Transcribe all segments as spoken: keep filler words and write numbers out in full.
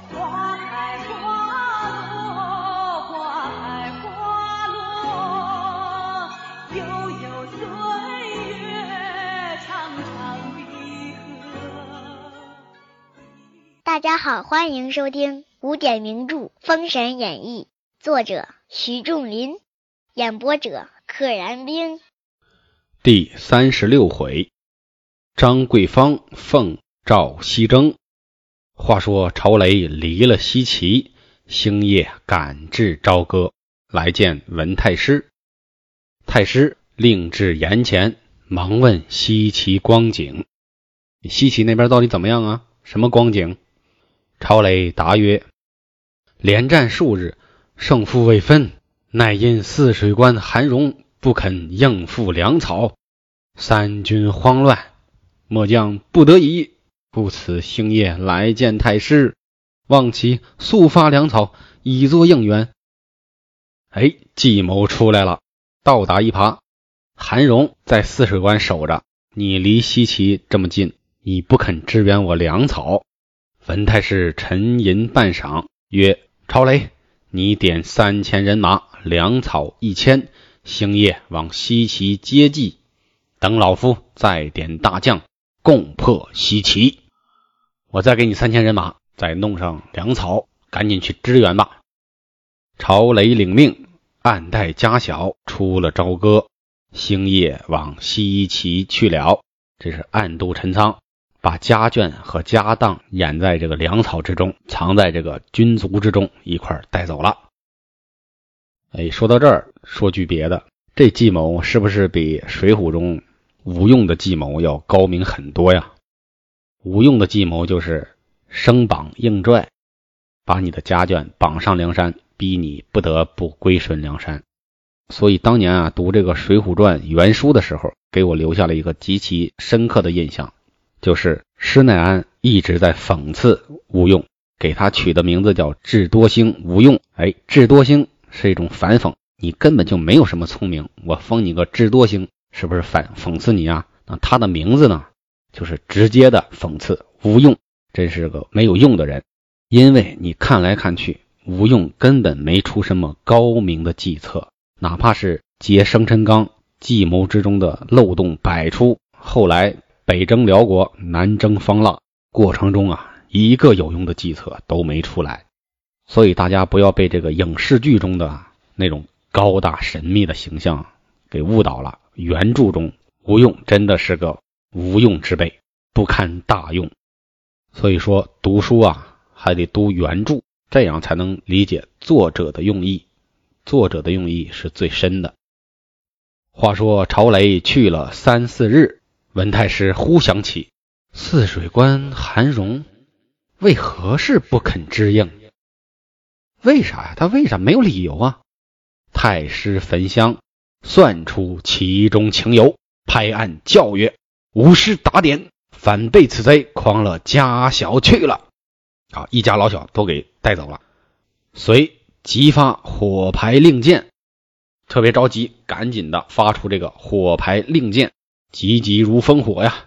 花开花落，花开花落，悠悠岁月，长长的河。 大家好，欢迎收听古典名著《封神演义》，作者徐仲林，演播者可燃冰。 第三十六回，张桂芳奉赵西征。话说曹雷离了西岐，星夜赶至朝歌，来见文太师。太师令至檐前，忙问西岐光景。西岐那边到底怎么样啊？什么光景？曹雷答曰：连战数日，胜负未分，乃因泗水关韩荣不肯应付粮草，三军慌乱，末将不得已，故此星夜来见太师，望其速发粮草，以作应援。哎，计谋出来了。倒打一耙，韩荣在泗水关守着，你离西岐这么近，你不肯支援我粮草。文太师沉吟半晌，曰：曹雷，你点三千人马，粮草一千，星夜往西岐接济，等老夫再点大将，共破西岐。我再给你三千人马，再弄上粮草，赶紧去支援吧。曹雷领命，暗带家小出了朝歌，星夜往西岐去了。这是暗度陈仓，把家眷和家当掩在这个粮草之中，藏在这个军卒之中，一块带走了。哎，说到这儿，说句别的，这计谋是不是比水浒中吴用的计谋要高明很多呀？吴用的计谋就是生绑硬拽，把你的家眷绑上梁山，逼你不得不归顺梁山。所以当年啊，读这个水浒传原书的时候，给我留下了一个极其深刻的印象，就是施耐庵一直在讽刺吴用，给他取的名字叫智多星吴用。哎，智多星是一种反讽，你根本就没有什么聪明，我封你个智多星，是不是反讽刺你啊？那他的名字呢，就是直接的讽刺吴用真是个没有用的人。因为你看来看去，吴用根本没出什么高明的计策，哪怕是劫生辰纲，计谋之中的漏洞百出，后来北征辽国，南征方腊过程中啊，一个有用的计策都没出来。所以大家不要被这个影视剧中的那种高大神秘的形象给误导了。原著中吴用真的是个无用之辈，不堪大用。所以说读书啊，还得读原著，这样才能理解作者的用意，作者的用意是最深的。话说曹雷去了三四日，文太师忽想起泗水关韩荣为何是不肯支应？为啥呀？他为啥没有理由啊？太师焚香，算出其中情由，拍案叫曰：无师打点，反被此贼诓了家小去了。啊，一家老小都给带走了。遂急发火牌令箭，特别着急，赶紧的发出这个火牌令箭，急急如烽火呀。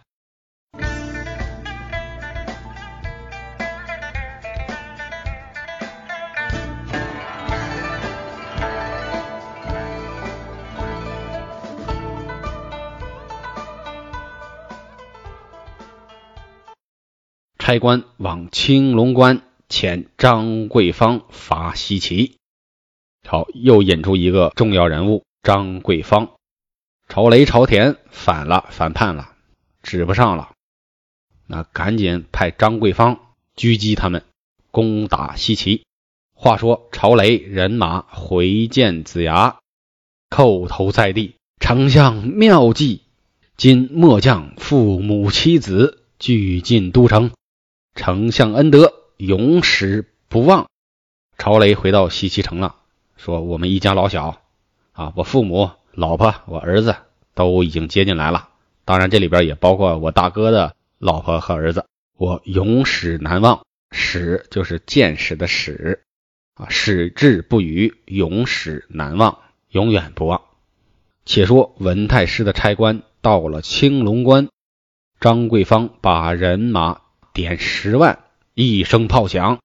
差官往青龙关遣张桂芳伐西岐。好，又引出一个重要人物张桂芳。曹雷朝田反了，反叛了，指不上了，那赶紧派张桂芳狙击他们，攻打西岐。话说曹雷人马回见子牙，叩头在地，丞相妙计，今末将父母妻子俱进都城，丞相恩德永史不忘。曹雷回到西岐城了，说我们一家老小啊，我父母、老婆、我儿子都已经接进来了，当然这里边也包括我大哥的老婆和儿子，我永史难忘。史就是见识的史啊，矢志不渝，永史难忘，永远不忘。且说文太师的差官到了青龙关，张桂芳把人马点十万，一声炮响，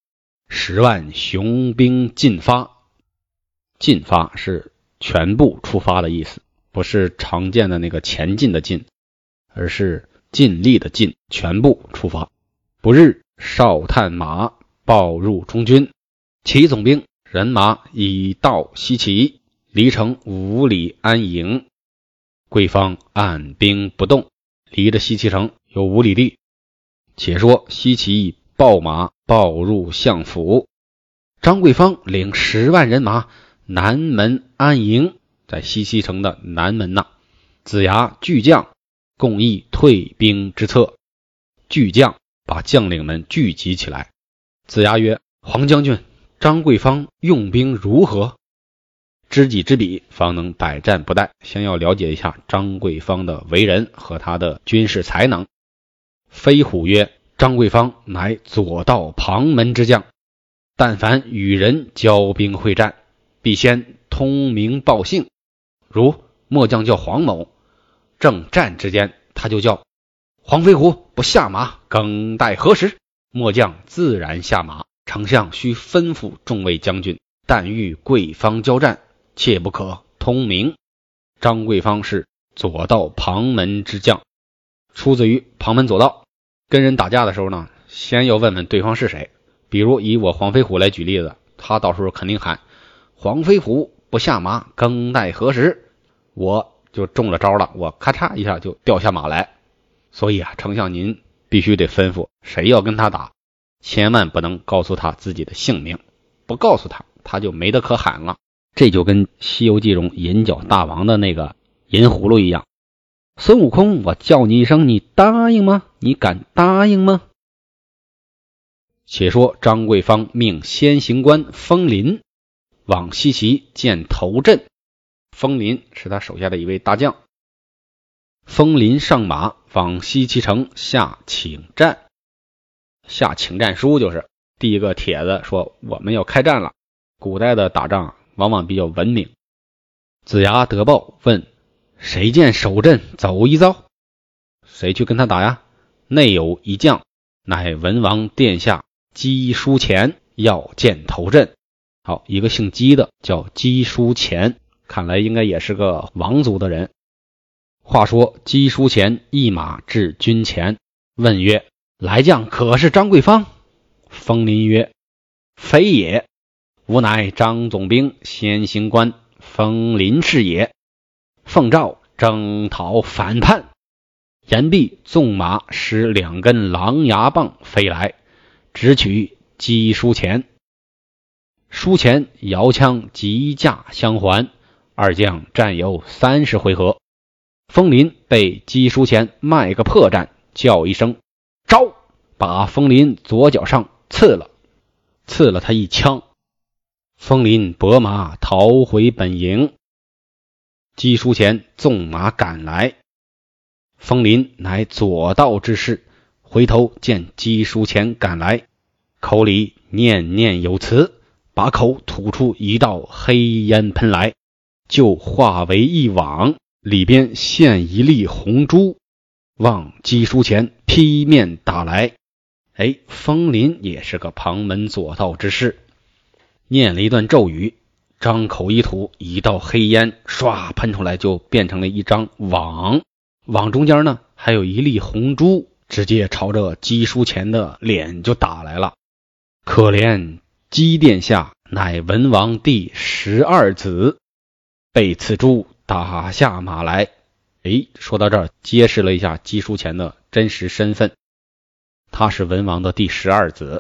十万雄兵进发。进发是全部出发的意思，不是常见的那个前进的进，而是尽力的尽，全部出发。不日哨探马报入中军，其总兵人马已到西岐，离城五里安营。贵方按兵不动，离着西岐城有五里地。且说西岐报马报入相府，张贵方领十万人马南门安营，在西岐城的南门呐、啊。子牙巨将共议退兵之策。巨将把将领们聚集起来。子牙曰：黄将军，张贵方用兵如何？知己知彼，方能百战不殆。先要了解一下张贵方的为人和他的军事才能。飞虎曰：张贵方乃左道旁门之将，但凡与人交兵会战，必先通名报姓。如末将叫黄某，正战之间，他就叫黄飞虎不下马，更待何时？末将自然下马。丞相须吩咐众位将军，但遇贵方交战，切不可通名。张贵方是左道旁门之将，出自于旁门左道。跟人打架的时候呢，先要问问对方是谁。比如以我黄飞虎来举例子，他到时候肯定喊黄飞虎不下马，更待何时？我就中了招了，我咔嚓一下就掉下马来。所以啊，丞相您必须得吩咐谁要跟他打，千万不能告诉他自己的姓名，不告诉他，他就没得可喊了。这就跟《西游记》中银角大王的那个银葫芦一样。孙悟空，我叫你一声，你答应吗？你敢答应吗？且说张贵方命先行官封临往西岐建头阵。封临是他手下的一位大将。封临上马往西岐城下请战。下请战书就是第一个帖子，说我们要开战了。古代的打仗往往比较文明。子牙得报问谁见守阵走一遭？谁去跟他打呀？内有一将，乃文王殿下姬书前，要见头阵。好，一个姓姬的叫姬书前，看来应该也是个王族的人。话说姬书前一马至军前，问曰：来将可是张贵方？封临曰：非也，吾乃张总兵先行官封临是也。奉诏征讨反叛。言毕，纵马使两根狼牙棒飞来，直取姬书前。书前摇枪急架相还，二将战有三十回合。封临被姬书前卖个破绽，叫一声招，把封临左脚上刺了，刺了他一枪。封临拨马逃回本营。姬书前纵马赶来，封临乃左道之士，回头见姬书前赶来，口里念念有词，把口吐出一道黑烟喷来，就化为一网，里边现一粒红珠，往姬书前劈面打来。哎，封临也是个旁门左道之士，念了一段咒语，张口一吐，一道黑烟唰喷出来，就变成了一张网，网中间呢还有一粒红珠，直接朝着姬书前的脸就打来了。可怜姬殿下乃文王第十二子，被此珠打下马来。诶，说到这儿，揭示了一下姬书前的真实身份，他是文王的第十二子。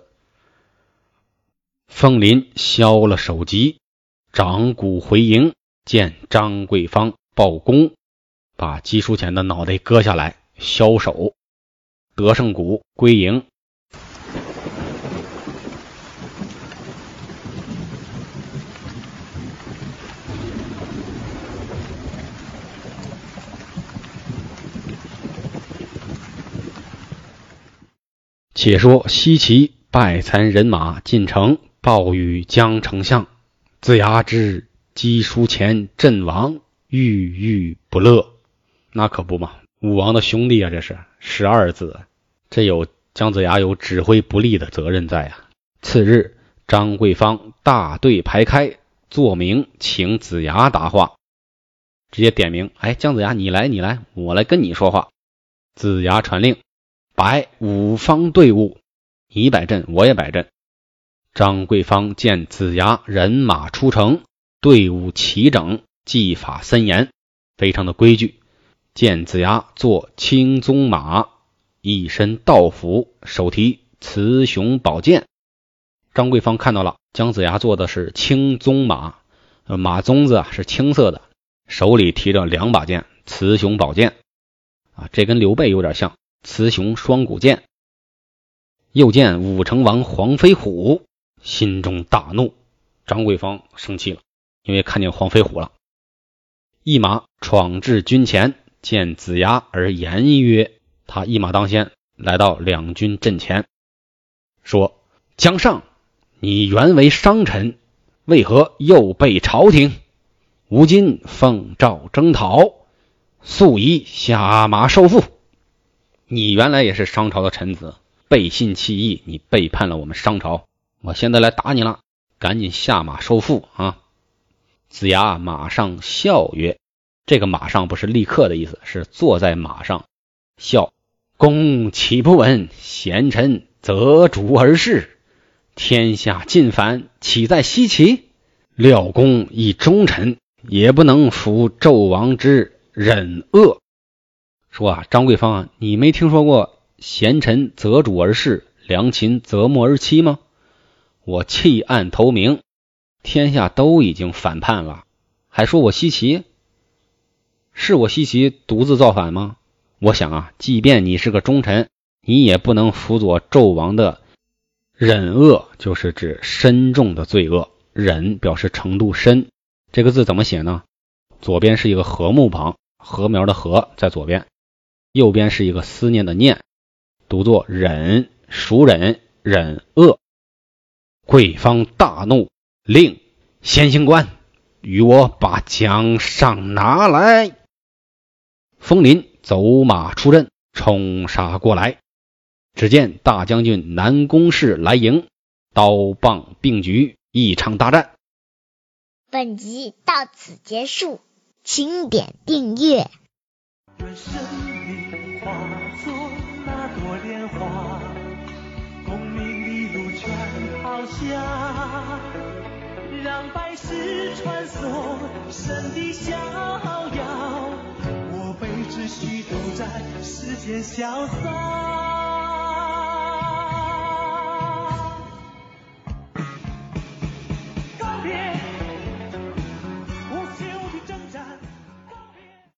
封临削了首级，掌鼓回营，见张贵方报功，把姬书前的脑袋割下来削首，得胜鼓归营。且说西岐败残人马进城，报与姜丞相。子牙知姬书前阵亡，郁郁不乐。那可不嘛，武王的兄弟啊，这是十二子，这有姜子牙有指挥不力的责任在啊。次日， 张桂芳大队排开，坐明请子牙答话，直接点名，哎，姜子牙你来你来，我来跟你说话。子牙传令，摆五方队伍，你摆阵我也摆阵。张桂芳见子牙人马出城，队伍齐整，技法森严，非常的规矩。见子牙坐青鬃马，一身道服，手提雌雄宝剑。张桂芳看到了，姜子牙坐的是青鬃马，马鬃子啊是青色的，手里提着两把剑，雌雄宝剑啊，这跟刘备有点像，雌雄双股剑。又见武成王黄飞虎，心中大怒，张桂芳生气了，因为看见黄飞虎了。一马闯至军前，见子牙而言曰，他一马当先来到两军阵前，说，姜尚，你原为商臣，为何又背朝廷？吾今奉诏征讨，速以下马受缚。你原来也是商朝的臣子，背信弃义，你背叛了我们商朝，我现在来打你了，赶紧下马受缚啊！子牙马上笑曰，这个马上不是立刻的意思，是坐在马上笑。公岂不闻贤臣择主而事，天下尽反，岂在稀奇？料公以忠臣，也不能服纣王之忍恶。说啊，张桂芳啊，你没听说过贤臣择主而事，良禽择木而栖吗？我弃暗投明，天下都已经反叛了，还说我稀奇？是我稀奇独自造反吗？我想啊，即便你是个忠臣，你也不能辅佐纣王的忍恶，就是指深重的罪恶，忍表示程度深，这个字怎么写呢？左边是一个禾木旁，禾苗的禾在左边，右边是一个思念的念，读作忍，属忍，忍恶。桂芳大怒，令先行官与我把姜尚拿来。风林走马出阵，冲杀过来。只见大将军南宫氏来迎，刀棒并举，一场大战。 本集到此结束，请点订阅。 愿生命化作那朵莲花，功名利禄全抛下，让百世传颂神的逍遥，我辈只需都在世间潇洒。